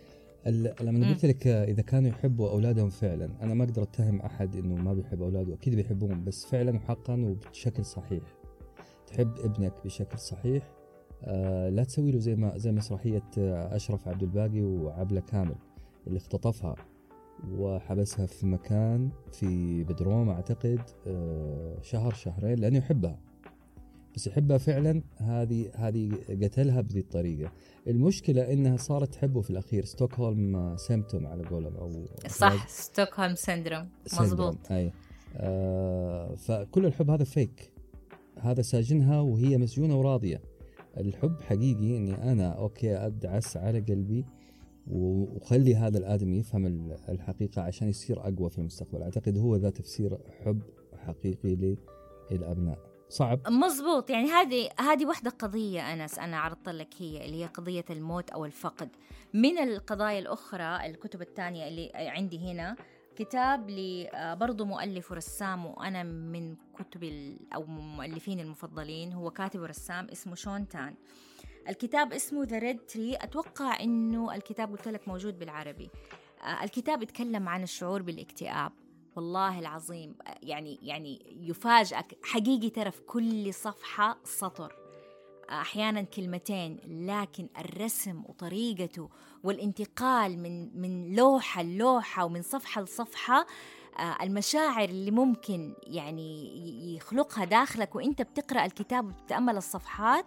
لما قلت لك إذا كانوا يحبوا أولادهم فعلا، أنا ما أقدر أتهم أحد إنه ما بيحب أولاده، أكيد بيحبهم، بس فعلا وحقا وبشكل صحيح. تحب ابنك بشكل صحيح، لا تسوي له زي مسرحية أشرف عبد الباقي وعبلة كامل اللي اختطفها وحبسها في مكان في بدروم أعتقد شهر شهرين لأنه يحبها، بس يحبها فعلا. هذه قتلها بذي الطريقة. المشكلة إنها صارت تحبه في الأخير. ستوكهولم سيمتوم على قولهم، أو صح ستوكهولم سيندروم. مزبوط. أي فكل الحب هذا فيك، هذا ساجنها وهي مسجونة وراضية. الحب حقيقي اني انا اوكي ادعس على قلبي وخلي هذا الآدمي يفهم الحقيقة عشان يصير أقوى في المستقبل. أعتقد هو ذا تفسير حب حقيقي للأبناء. صعب، مزبوط. يعني هذه واحدة قضية أنس أنا عرضت لك، هي اللي هي قضية الموت أو الفقد. من القضايا الأخرى الكتب الثانية اللي عندي هنا كتاب برضو مؤلف ورسام، وأنا من كتب أو مؤلفين المفضلين، هو كاتب ورسام اسمه شون تان. الكتاب اسمه The Red Tree. أتوقع إنه الكتاب قلت لك موجود بالعربي. الكتاب يتكلم عن الشعور بالاكتئاب. والله العظيم يعني يفاجئك حقيقي، ترى في كل صفحة سطر، أحيانا كلمتين، لكن الرسم وطريقته والانتقال من لوحة للوحة ومن صفحة لصفحة، المشاعر اللي ممكن يعني يخلقها داخلك وإنت بتقرأ الكتاب وتتأمل الصفحات،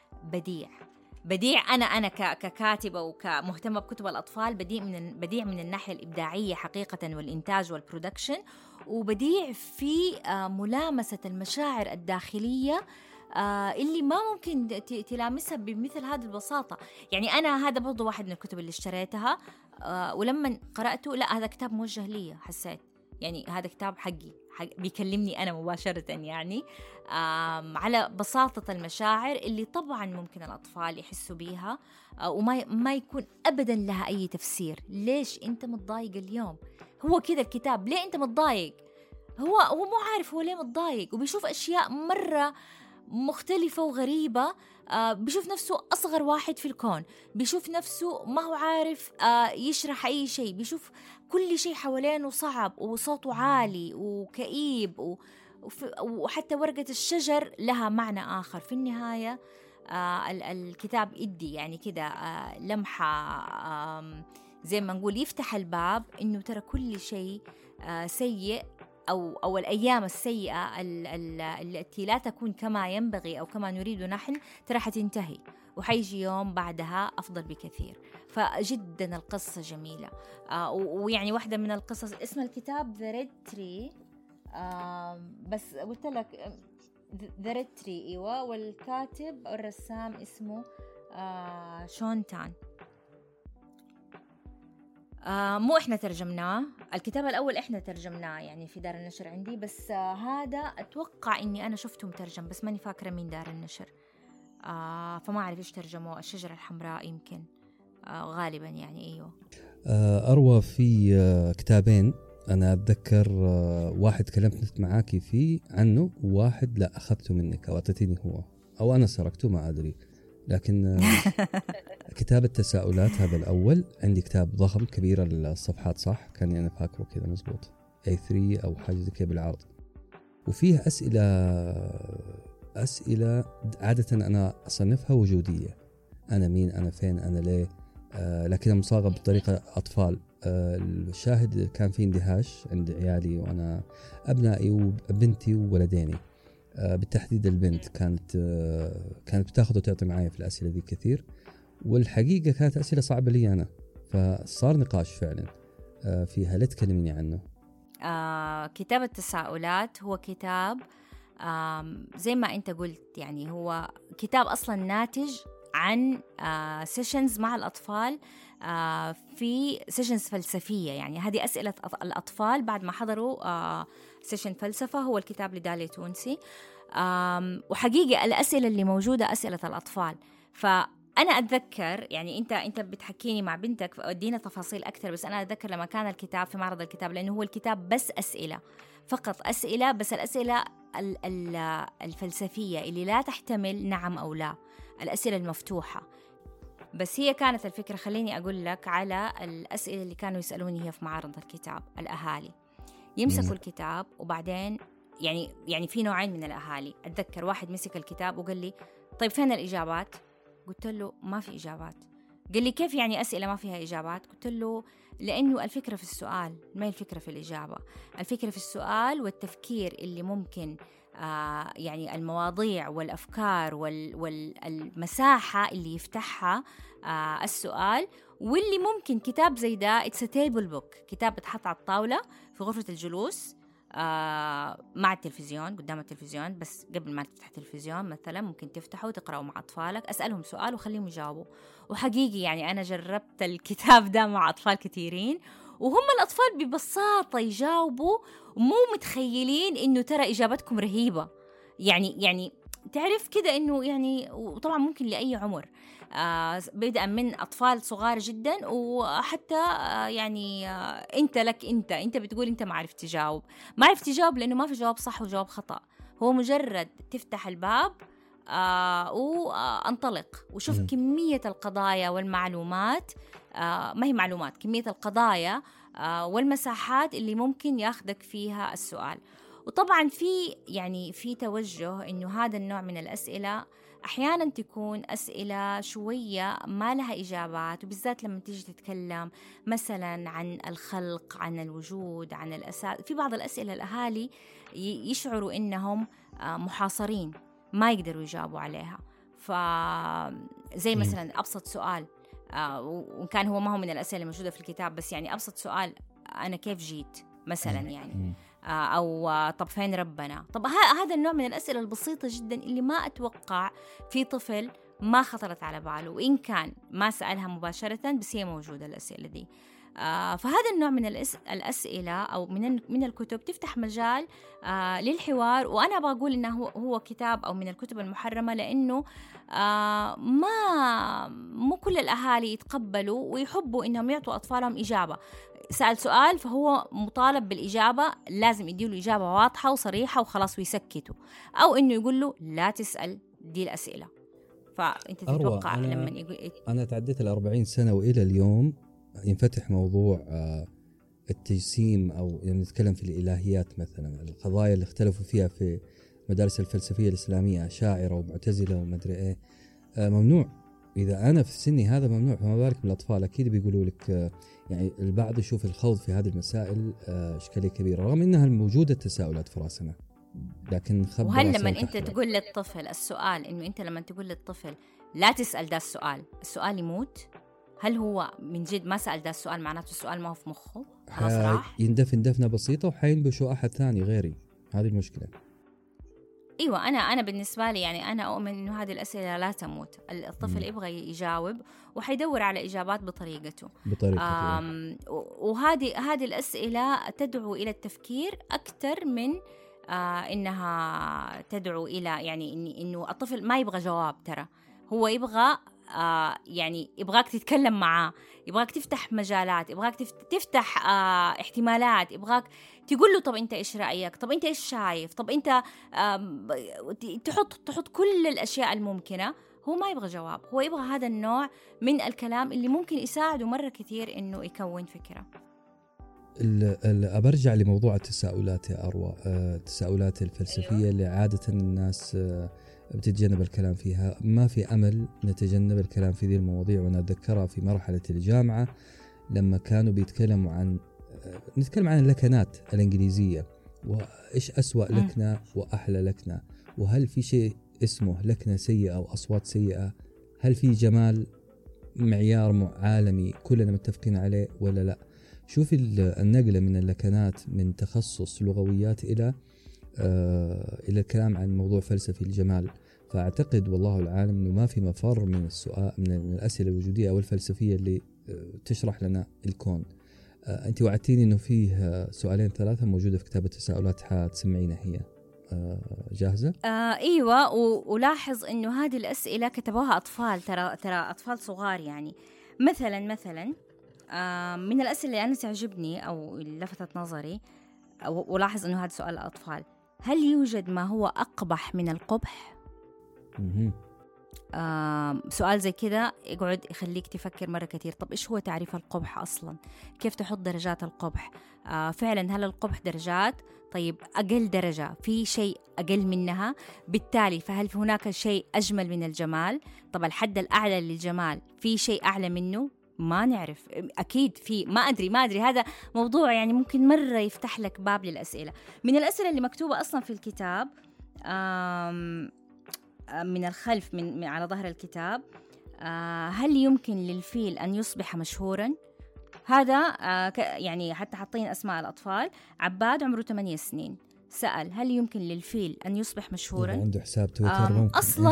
بديع. أنا ككاتبة وكمهتمة بكتب الأطفال، بديع من الناحية الإبداعية حقيقة والإنتاج والبرودكشن، وبديع في ملامسة المشاعر الداخلية اللي ما ممكن تلامسها بمثل هذه البساطة. يعني أنا هذا برضو واحد من الكتب اللي اشتريتها، ولما قرأته لا هذا كتاب موجه لي، حسيت يعني هذا كتاب حقي بيكلمني أنا مباشرة، يعني على بساطة المشاعر اللي طبعا ممكن الأطفال يحسوا بيها، وما يكون أبدا لها أي تفسير. ليش أنت متضايق اليوم؟ هو كذا الكتاب، ليه أنت متضايق؟ هو مو عارف هو ليه متضايق، وبيشوف أشياء مرة مختلفة وغريبة. بيشوف نفسه أصغر واحد في الكون، بيشوف نفسه ما هو عارف يشرح أي شيء، بيشوف كل شيء حوالينه صعب وصوته عالي وكئيب، وحتى ورقة الشجر لها معنى آخر. في النهاية الكتاب إدي يعني كده لمحة، زي ما نقول يفتح الباب إنه ترى كل شيء سيء أو الأيام السيئة التي لا تكون كما ينبغي أو كما نريد نحن، ترى حتنتهي وحيجي يوم بعدها أفضل بكثير. فجدا القصة جميلة. ويعني واحدة من القصص اسم الكتاب The Red Tree، بس قلت لك The Red Tree إيوه، والكاتب الرسام اسمه شون تان. مو إحنا ترجمناه، الكتاب الأول إحنا ترجمناه يعني في دار النشر عندي، بس هذا أتوقع إني أنا شفته مترجم بس ماني فاكرة من دار النشر، فما أعرف إيش ترجموه. الشجرة الحمراء يمكن، غالبا يعني. أيوه أروى في كتابين أنا أتذكر، واحد كلمت معاكي فيه عنه، وواحد لا أخذته منك أو أعطيتيني هو، أو أنا سرقته ما أدري، لكن كتاب التساؤلات هذا الأول عندي، كتاب ضخم كبير الصفحات صح، كان أنا فاكره كذا مزبوط A3 أو حاجة كذا بالعرض، وفيه أسئلة عادة أنا أصنفها وجودية، أنا مين، أنا فين، أنا ليه، لكن مصاغة بطريقة أطفال. الشاهد كان في اندهاش عند عيالي وأنا أبنائي وبنتي وولديني، بالتحديد البنت كانت بتاخذ وتعطي معايا في الأسئلة ذي كثير، والحقيقة كانت أسئلة صعبة لي أنا، فصار نقاش فعلا فيها. لا تكلميني عنه. كتاب التساؤلات هو كتاب زي ما أنت قلت، يعني هو كتاب أصلا ناتج عن سيشنز مع الأطفال، في سيشنز فلسفية. يعني هذه أسئلة الأطفال بعد ما حضروا سيشن فلسفة، هو الكتاب لداليا تونسي. وحقيقة الأسئلة اللي موجودة أسئلة الأطفال. فأنا أتذكر يعني أنت بتحكيني مع بنتك ودينا تفاصيل أكثر، بس أنا أتذكر لما كان الكتاب في معرض الكتاب، لأنه هو الكتاب بس أسئلة فقط، أسئلة بس، الأسئلة الفلسفية اللي لا تحتمل نعم أو لا، الأسئلة المفتوحة. بس هي كانت الفكرة، خليني أقول لك على الأسئلة اللي كانوا يسألوني هي في معرض الكتاب. الأهالي يمسكوا الكتاب وبعدين يعني في نوعين من الأهالي. أتذكر واحد مسك الكتاب وقال لي طيب فين الإجابات؟ قلت له ما في إجابات. قال لي كيف يعني أسئلة ما فيها إجابات؟ قلت له لأنه الفكرة في السؤال، ما هي الفكرة في الإجابة. الفكرة في السؤال والتفكير اللي ممكن يعني المواضيع والأفكار والمساحة اللي يفتحها السؤال، واللي ممكن كتاب زي ده It's a table book، كتاب بتحط على الطاولة في غرفة الجلوس، مع التلفزيون، قدام التلفزيون، بس قبل ما تفتح التلفزيون مثلا ممكن تفتحوا وتقرأوا مع أطفالك، أسألهم سؤال وخليهم يجاوبوا. وحقيقي يعني أنا جربت الكتاب ده مع أطفال كثيرين، وهم الأطفال ببساطة يجاوبوا، مو متخيلين إنه ترى إجابتكم رهيبة. يعني تعرف كده إنه يعني، وطبعا ممكن لأي عمر، بدءا من أطفال صغار جدا، وحتى يعني أنت بتقول أنت ما عرفت تجاوب لأنه ما في جواب صح وجواب خطأ. هو مجرد تفتح الباب وانطلق وشوف كمية القضايا والمعلومات، ما هي معلومات، كمية القضايا والمساحات اللي ممكن ياخدك فيها السؤال. وطبعا في توجه إنه هذا النوع من الأسئلة أحيانا تكون أسئلة شوية ما لها إجابات، وبالذات لما تيجي تتكلم مثلا عن الخلق، عن الوجود، عن الأساس. في بعض الأسئلة الأهالي يشعروا إنهم محاصرين ما يقدروا يجاوبوا عليها. فزي مثلا أبسط سؤال، وإن كان هو ما هو من الأسئلة الموجودة في الكتاب، بس يعني أبسط سؤال، أنا كيف جيت مثلا يعني، أو طب فين ربنا. طب هذا النوع من الأسئلة البسيطة جدا اللي ما أتوقع في طفل ما خطرت على باله، وإن كان ما سألها مباشرة بس هي موجودة الأسئلة دي. فهذا النوع من الأسئلة أو من الكتب تفتح مجال للحوار. وأنا بقول إنه هو كتاب أو من الكتب المحرمة، لأنه مو كل الأهالي يتقبلوا ويحبوا إنهم يعطوا أطفالهم إجابة. سأل سؤال فهو مطالب بالإجابة، لازم يديله إجابة واضحة وصريحة وخلاص ويسكتوا، أو إنه يقول له لا تسأل دي الأسئلة. فأنت تتوقع لما يقول أنا تعديت 40 سنة وإلى اليوم ينفتح موضوع التجسيم، أو يعني نتكلم في الإلهيات مثلا، القضايا اللي اختلفوا فيها في مدارس الفلسفية الإسلامية، أشاعرة ومعتزلة ومدري إيه، ممنوع. إذا أنا في سني هذا ممنوع، فما بالك بالأطفال. أكيد بيقولوا لك يعني البعض يشوف الخوض في هذه المسائل إشكالية كبيرة، رغم أنها موجودة تساؤلات في راسنا، لكن وهل لما أنت تقول للطفل السؤال، إنه أنت لما تقول للطفل لا تسأل ده السؤال يموت؟ هل هو من جد ما سأل ده السؤال معناته السؤال ما هو في مخه؟ يندفن دفنة بسيطة وحينبشوا أحد ثاني غيري. هذه المشكلة. ايوه، انا بالنسبه لي يعني انا اؤمن انه هذه الاسئله لا تموت. الطفل يبغى يجاوب وحيدور على اجابات بطريقته. وهذه الاسئله تدعو الى التفكير اكثر من انها تدعو الى يعني انه الطفل ما يبغى جواب. ترى هو يبغى يعني يبغاك تتكلم معاه، يبغاك تفتح مجالات، يبغاك تفتح احتمالات، يبغاك تقول له طب انت ايش رأيك، طب انت ايش شايف، طب انت تحط كل الاشياء الممكنة. هو ما يبغى جواب، هو يبغى هذا النوع من الكلام اللي ممكن يساعده مرة كثير انه يكون فكرة. أبرجع لموضوع التساؤلات يا أروى، التساؤلات الفلسفية اللي عادة الناس بتتجنب الكلام فيها. ما في أمل نتجنب الكلام في ذي المواضيع. وأنا أتذكرها في مرحلة الجامعة لما كانوا نتكلم عن اللكنات الإنجليزية، وإيش أسوأ لكنة وأحلى لكنة، وهل في شيء اسمه لكنة سيئة أو أصوات سيئة، هل في جمال معيار عالمي كلنا متفقين عليه ولا لا. شوفي النقلة من اللكنات من تخصص لغويات إلى الكلام عن موضوع فلسفي الجمال. فأعتقد والله العالم أنه ما في مفر من السؤال من الأسئلة الوجودية أو الفلسفية اللي تشرح لنا الكون. أنت وعدتيني أنه فيه سؤالين ثلاثة موجودة في كتاب التساؤلات، حتسمعينا هي جاهزة؟ أيوة. ولاحظ أنه هذه الأسئلة كتبوها أطفال، ترى أطفال صغار. يعني مثلا من الأسئلة اللي أنا تعجبني أو لفتت نظري، ولاحظ أنه هذا سؤال الأطفال: هل يوجد ما هو أقبح من القبح؟ سؤال زي كده يقعد يخليك تفكر مرة كتير. طب إيش هو تعريف القبح أصلا؟ كيف تحط درجات القبح؟ فعلا هل القبح درجات؟ طيب أقل درجة في شيء أقل منها، بالتالي فهل هناك شيء أجمل من الجمال؟ طب الحد الأعلى للجمال في شيء أعلى منه؟ ما نعرف، أكيد في، ما أدري. هذا موضوع يعني ممكن مرة يفتح لك باب للأسئلة. من الأسئلة اللي مكتوبة أصلا في الكتاب من الخلف من على ظهر الكتاب: هل يمكن للفيل أن يصبح مشهورا؟ هذا يعني حتى حاطين أسماء الأطفال. عباد عمره 8 سنين سأل هل يمكن للفيل أن يصبح مشهورا؟ عنده حساب تويتر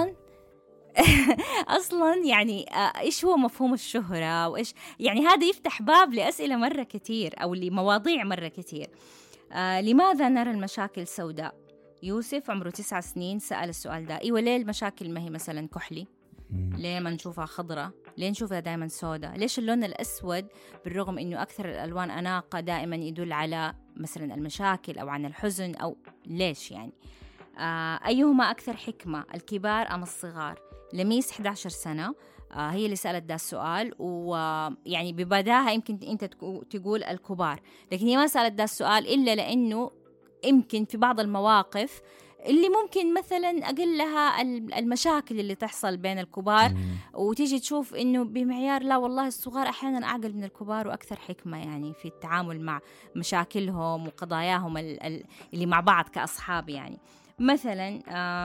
أصلا يعني إيش هو مفهوم الشهرة وإيش يعني هذا يفتح باب لأسئلة مرة كتير أو لمواضيع مرة كتير. لماذا نرى المشاكل سوداء؟ يوسف عمره 9 سنين سأل السؤال ده. إيوه ليه المشاكل ما هي مثلا كحلي؟ ليه ما نشوفها خضرة؟ ليه نشوفها دائما سوداء؟ ليش اللون الأسود بالرغم أنه أكثر الألوان أناقة دائما يدل على مثلا المشاكل أو عن الحزن أو ليش يعني؟ أيهما أكثر حكمة الكبار أم الصغار؟ لميس 11 سنة هي اللي سألت ده السؤال، ويعني ببداها يمكن أنت تقول الكبار، لكن هي ما سألت ده السؤال إلا لأنه يمكن في بعض المواقف اللي ممكن مثلا أقلها المشاكل اللي تحصل بين الكبار وتيجي تشوف إنه بمعيار لا والله الصغار أحيانا أعقل من الكبار وأكثر حكمة يعني في التعامل مع مشاكلهم وقضاياهم اللي مع بعض كأصحاب. يعني مثلا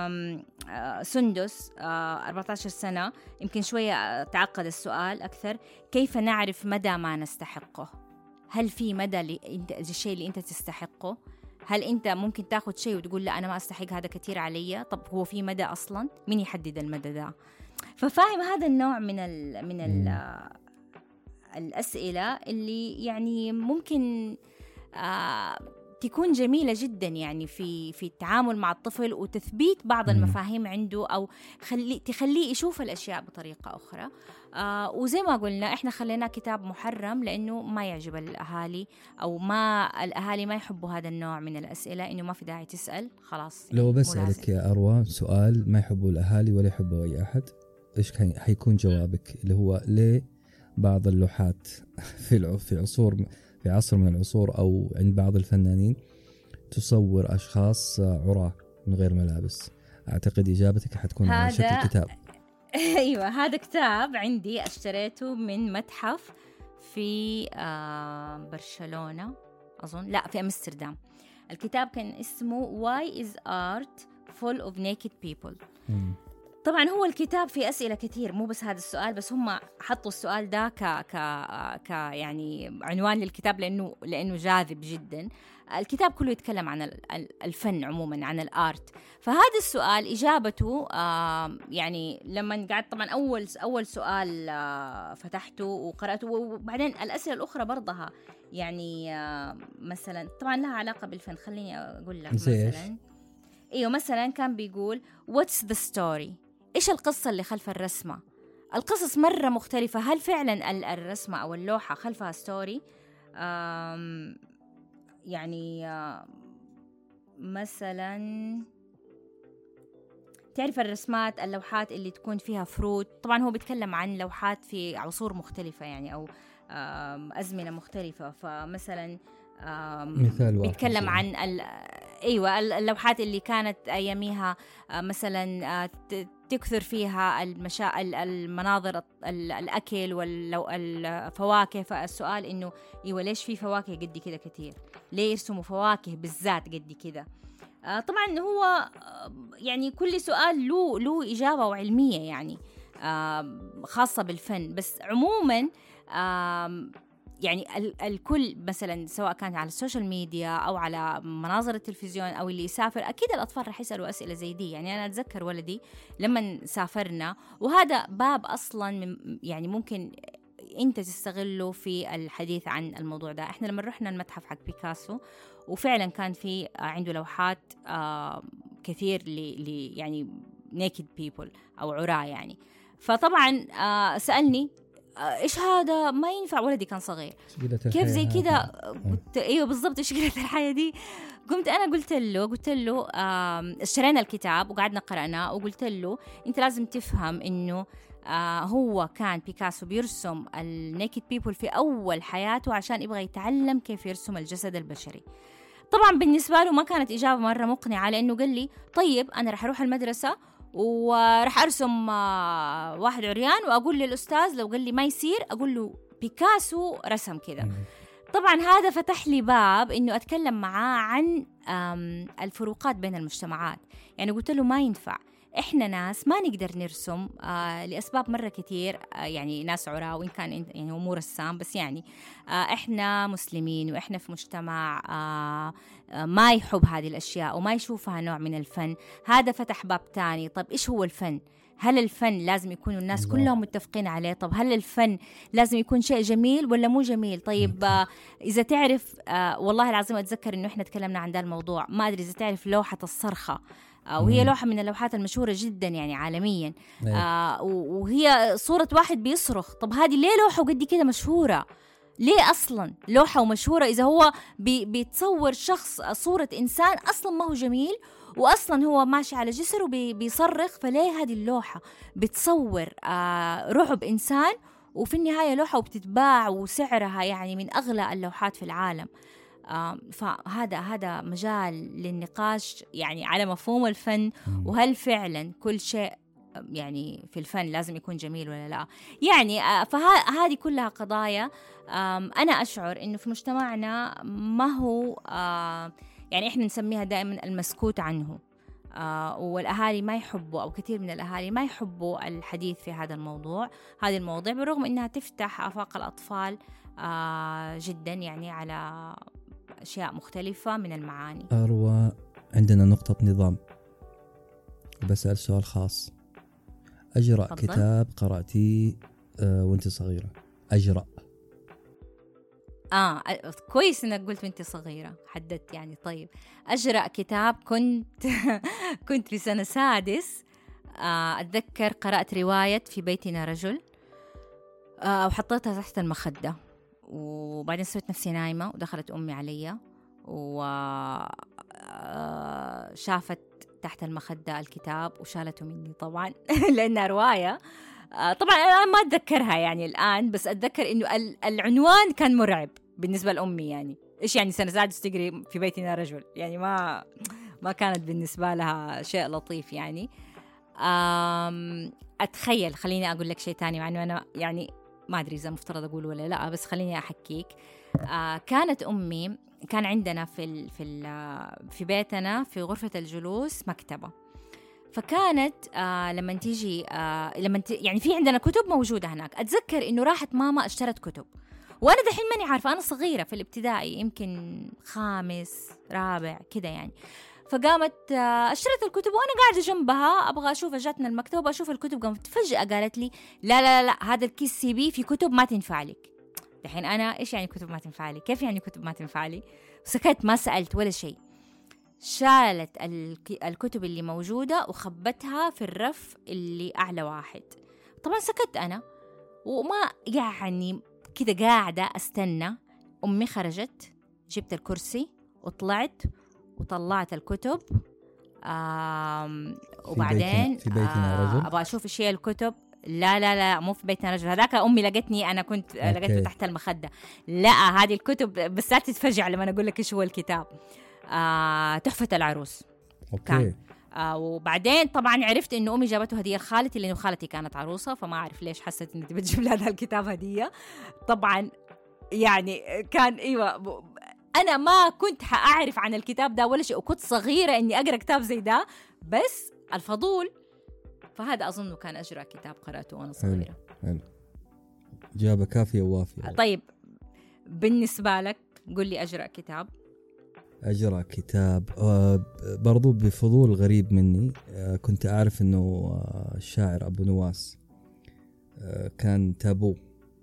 سندس 14 سنة يمكن شوية تعقد السؤال أكثر. كيف نعرف مدى ما نستحقه؟ هل في مدى للشيء اللي أنت تستحقه؟ هل أنت ممكن تاخد شيء وتقول لا أنا ما أستحق هذا كتير عليا؟ طب هو في مدى أصلا؟ مين يحدد المدى ده؟ ففاهم هذا النوع من الأسئلة اللي يعني ممكن تكون جميلة جدا يعني في التعامل مع الطفل وتثبيت بعض المفاهيم عنده أو تخليه يشوف الأشياء بطريقة أخرى. وزي ما قلنا إحنا خلينا كتاب محرم لأنه ما يعجب الأهالي أو الأهالي ما يحبوا هذا النوع من الأسئلة، إنه ما في داعي تسأل خلاص. لو بسألك يا أروى سؤال ما يحبوا الأهالي ولا يحبوا أي أحد، إيش حيكون جوابك؟ اللي هو ليه بعض اللوحات في عصر من العصور أو عند بعض الفنانين تصور أشخاص عراة من غير ملابس؟ أعتقد إجابتك حتكون على شكل كتاب. أيوة هذا كتاب عندي اشتريته من متحف في برشلونة أظن، لا في أمستردام. الكتاب كان اسمه Why is art full of naked people؟ طبعا هو الكتاب فيه أسئلة كتير، مو بس هذا السؤال، بس هم حطوا السؤال ده ك يعني عنوان للكتاب لأنه جاذب جدا. الكتاب كله يتكلم عن الفن عموما، عن الآرت. فهذا السؤال إجابته يعني لما قعدت طبعا أول سؤال فتحته وقرأته، وبعدين الأسئلة الأخرى برضها يعني مثلا طبعا لها علاقة بالفن. خليني أقول لك مثلا ايوه مثلا كان بيقول what's the story؟ ايش القصة اللي خلف الرسمة؟ القصص مرة مختلفة. هل فعلا الرسمة او اللوحة خلفها ستوري؟ يعني مثلا تعرف الرسمات اللوحات اللي تكون فيها فروت، طبعا هو بيتكلم عن لوحات في عصور مختلفة يعني او أزمنة مختلفة. فمثلا مثال بيتكلم عن ايوه اللوحات اللي كانت اياميها مثلا تكثر فيها المناظر الاكل والفواكه. فالسؤال انه ايوه ليش في فواكه قد كده كتير؟ ليه يرسموا فواكه بالذات قد كده؟ طبعا هو يعني كل سؤال له اجابه وعلميه يعني خاصه بالفن. بس عموما يعني الكل مثلا سواء كان على السوشيال ميديا أو على مناظر التلفزيون أو اللي يسافر، أكيد الأطفال رح يسألوا أسئلة زي دي. يعني أنا أتذكر ولدي لما سافرنا، وهذا باب أصلا يعني ممكن أنت تستغله في الحديث عن الموضوع ده. إحنا لما رحنا المتحف حق بيكاسو وفعلا كان في عنده لوحات كثير يعني naked people أو عراة يعني. فطبعا سألني إيش هذا؟ ما ينفع، ولدي كان صغير كيف زي كده؟ أيوة بالضبط إيش قلت الحياة دي. قمت أنا قلت له اشترينا الكتاب وقعدنا قرأناه، وقلت له أنت لازم تفهم إنه هو كان بيكاسو بيرسم النيكد بيبل في أول حياته عشان يبغى يتعلم كيف يرسم الجسد البشري. طبعا بالنسبة له ما كانت إجابة مرة مقنعة، لأنه قال لي طيب أنا رح أروح المدرسة ورح أرسم واحد عريان وأقول للأستاذ لو قال لي ما يصير أقول له بيكاسو رسم كده. طبعا هذا فتح لي باب إنه أتكلم معاه عن الفروقات بين المجتمعات. يعني قلت له ما ينفع إحنا ناس ما نقدر نرسم لأسباب مرة كتير، يعني ناس عراة وإن كان يعني هو مو رسام، بس يعني إحنا مسلمين وإحنا في مجتمع ما يحب هذه الأشياء وما يشوفها نوع من الفن. هذا فتح باب تاني. طب إيش هو الفن؟ هل الفن لازم يكونوا الناس كلهم متفقين عليه؟ طب هل الفن لازم يكون شيء جميل ولا مو جميل؟ طيب إذا تعرف والله العظيم أتذكر إنه إحنا تكلمنا عن ده الموضوع، ما أدري إذا تعرف لوحة الصرخة، وهي لوحة من اللوحات المشهورة جدا يعني عالميا، وهي صورة واحد بيصرخ. طب هذه ليه لوحة وقد كده مشهورة؟ ليه أصلا لوحة ومشهورة إذا هو بيتصور شخص صورة إنسان أصلا ما هو جميل، وأصلا هو ماشي على جسر وبيصرخ؟ فليه هذه اللوحة بتصور رعب إنسان، وفي النهاية لوحة وبتتباع وسعرها يعني من أغلى اللوحات في العالم؟ فهذا مجال للنقاش يعني على مفهوم الفن، وهل فعلا كل شيء يعني في الفن لازم يكون جميل ولا لا؟ يعني فهذه كلها قضايا أنا أشعر إنه في مجتمعنا ما هو يعني إحنا نسميها دائما المسكوت عنه، والأهالي ما يحبوا، أو كثير من الأهالي ما يحبوا الحديث في هذا الموضوع، هذه المواضيع، بالرغم إنها تفتح آفاق الأطفال جدا يعني على أشياء مختلفة من المعاني. أروى، عندنا نقطة نظام، بسأل سؤال خاص. أجرأ فضل. كتاب قرأتيه وانت صغيرة؟ أجرأ كويس إنك قلت وانت صغيرة، حددت يعني. طيب أجرأ كتاب كنت في سنة 6، أتذكر قرأت رواية في بيتنا رجل، وحطيتها تحت المخدة، وبعدين سويت نفسي نايمة ودخلت أمي علي وشافت تحت المخدة الكتاب وشالته مني طبعا لأنها رواية. طبعا أنا ما أتذكرها يعني الآن، بس أتذكر إنه العنوان كان مرعب بالنسبة لأمي. يعني إيش يعني سنة 6 تقري في بيتنا رجل؟ يعني ما كانت بالنسبة لها شيء لطيف يعني. أتخيل، خليني أقول لك شيء تاني، مع أنه أنا يعني ما أدري إذا مفترض أقول ولا لا، بس خليني أحكيك. كانت أمي، كان عندنا في بيتنا في غرفة الجلوس مكتبة، فكانت لما تيجي يعني في عندنا كتب موجودة هناك. أتذكر إنه راحت ماما اشترت كتب، وأنا دحين ماني عارفة، أنا صغيرة في الابتدائي يمكن 5 رابع كده يعني. فقامت اشترت الكتب وأنا قاعدة جنبها أبغى أشوف، جاتنا المكتبة أبغى أشوف الكتب، قامت فجأة قالت لي لا لا لا هذا الكيس سيبيه، في كتب ما تنفع لك. دحين أنا إيش يعني كتب ما تنفع لي؟ كيف يعني كتب ما تنفع لي؟ سكت، ما سألت ولا شيء. شالت الكتب اللي موجودة وخبتها في الرف اللي أعلى واحد. طبعا سكت أنا، وما يعني كده قاعدة أستنى. أمي خرجت، جبت الكرسي وطلعت وطلعت الكتب، وبعدين في بيتنا رجل أبغى أشوف إيش هي الكتب. لا لا لا مو في بيتنا رجل، هذاك أمي لقتني أنا كنت لقيته تحت المخدة. لا هذه الكتب، بس لا تتفجع لما أقول لك إيش هو الكتاب. تحفة العروس. كان وبعدين طبعا عرفت إنه أمي جابته هدية لخالتي، لأنه خالتي كانت عروسة، فما أعرف ليش حست إنه بتجيب لها هذا الكتاب هدية. طبعا يعني كان أيوة، أنا ما كنت حأعرف عن الكتاب ده ولا شيء، وكنت صغيرة إني أقرأ كتاب زي ده، بس الفضول. فهذا أظنه كان أجرأ كتاب قرأته وأنا صغيرة. حلو. جابة كافية ووافية. طيب بالنسبة لك قل لي أجرأ كتاب. أجرأ كتاب برضو بفضول غريب مني، كنت أعرف أنه الشاعر أبو نواس كان تابو،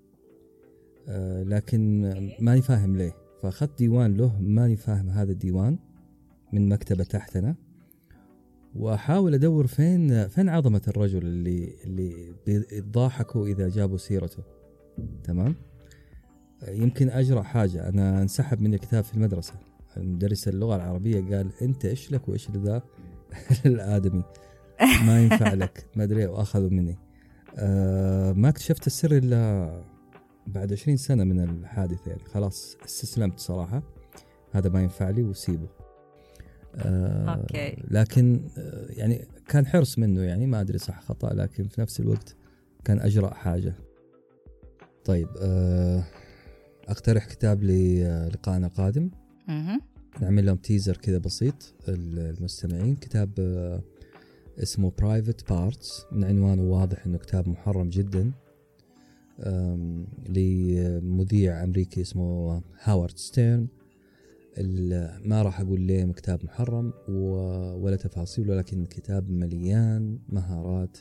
لكن ماني فاهم ليه، فأخذت ديوان له، ماني فاهم هذا الديوان من مكتبة تحتنا، وأحاول أدور فين عظمة الرجل اللي بيضحكوا إذا جابوا سيرته. تمام. يمكن أجرأ حاجة، أنا انسحب من الكتاب في المدرسة، مدرس اللغة العربية قال أنت إيش لك وإيش لذا الآدمي، ما ينفع لك، ما أدري، وأخذوا مني. ما اكتشفت السر إلا بعد 20 سنة من الحادثة، يعني خلاص استسلمت صراحة، هذا ما ينفع لي وسيبه. أوكي. لكن يعني كان حرص منه، يعني ما أدري صح خطأ، لكن في نفس الوقت كان أجرأ حاجة. طيب أقترح كتاب للقاءنا القادم، نعمل لهم تيزر كذا بسيط المستمعين. كتاب اسمه Private Parts، من عنوانه واضح إنه كتاب محرم جدا، لمذيع أمريكي اسمه هاورد ستيرن. ما راح أقول ليه كتاب محرم ولا تفاصيل، ولكن كتاب مليان مهارات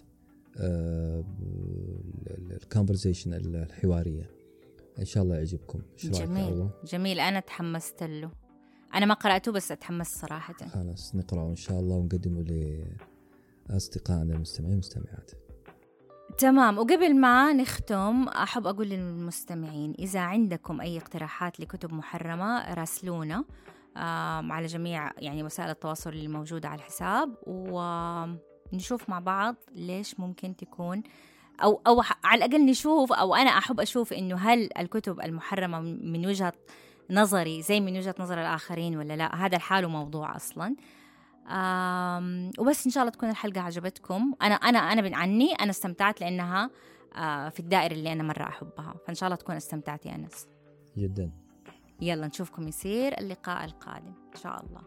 الكونفرزيشن الحوارية. إن شاء الله يعجبكم. جميل. أنا تحمست له، أنا ما قرأته بس أتحمس صراحة. خلاص نقرأه إن شاء الله ونقدمه لأصدقائنا المستمعين والمستمعات. تمام. وقبل ما نختم أحب أقول للمستمعين إذا عندكم أي اقتراحات لكتب محرمة راسلونا على جميع يعني وسائل التواصل اللي موجودة على الحساب، ونشوف مع بعض ليش ممكن تكون أو على الأقل نشوف، أو أنا أحب أشوف إنه هل الكتب المحرمة من وجهة نظري زي من وجهة نظر الآخرين ولا لا. هذا الحال موضوع أصلاً. وبس إن شاء الله تكون الحلقة عجبتكم. أنا عني أنا استمتعت لأنها في الدائرة اللي أنا مرة أحبها، فإن شاء الله تكون استمتعت يا أنس جدا. يلا نشوفكم يصير اللقاء القادم إن شاء الله.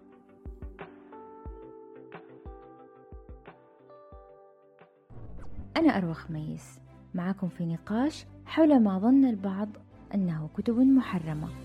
أنا أروى خميس معكم في نقاش حول ما ظن البعض أنه كتب محرمة.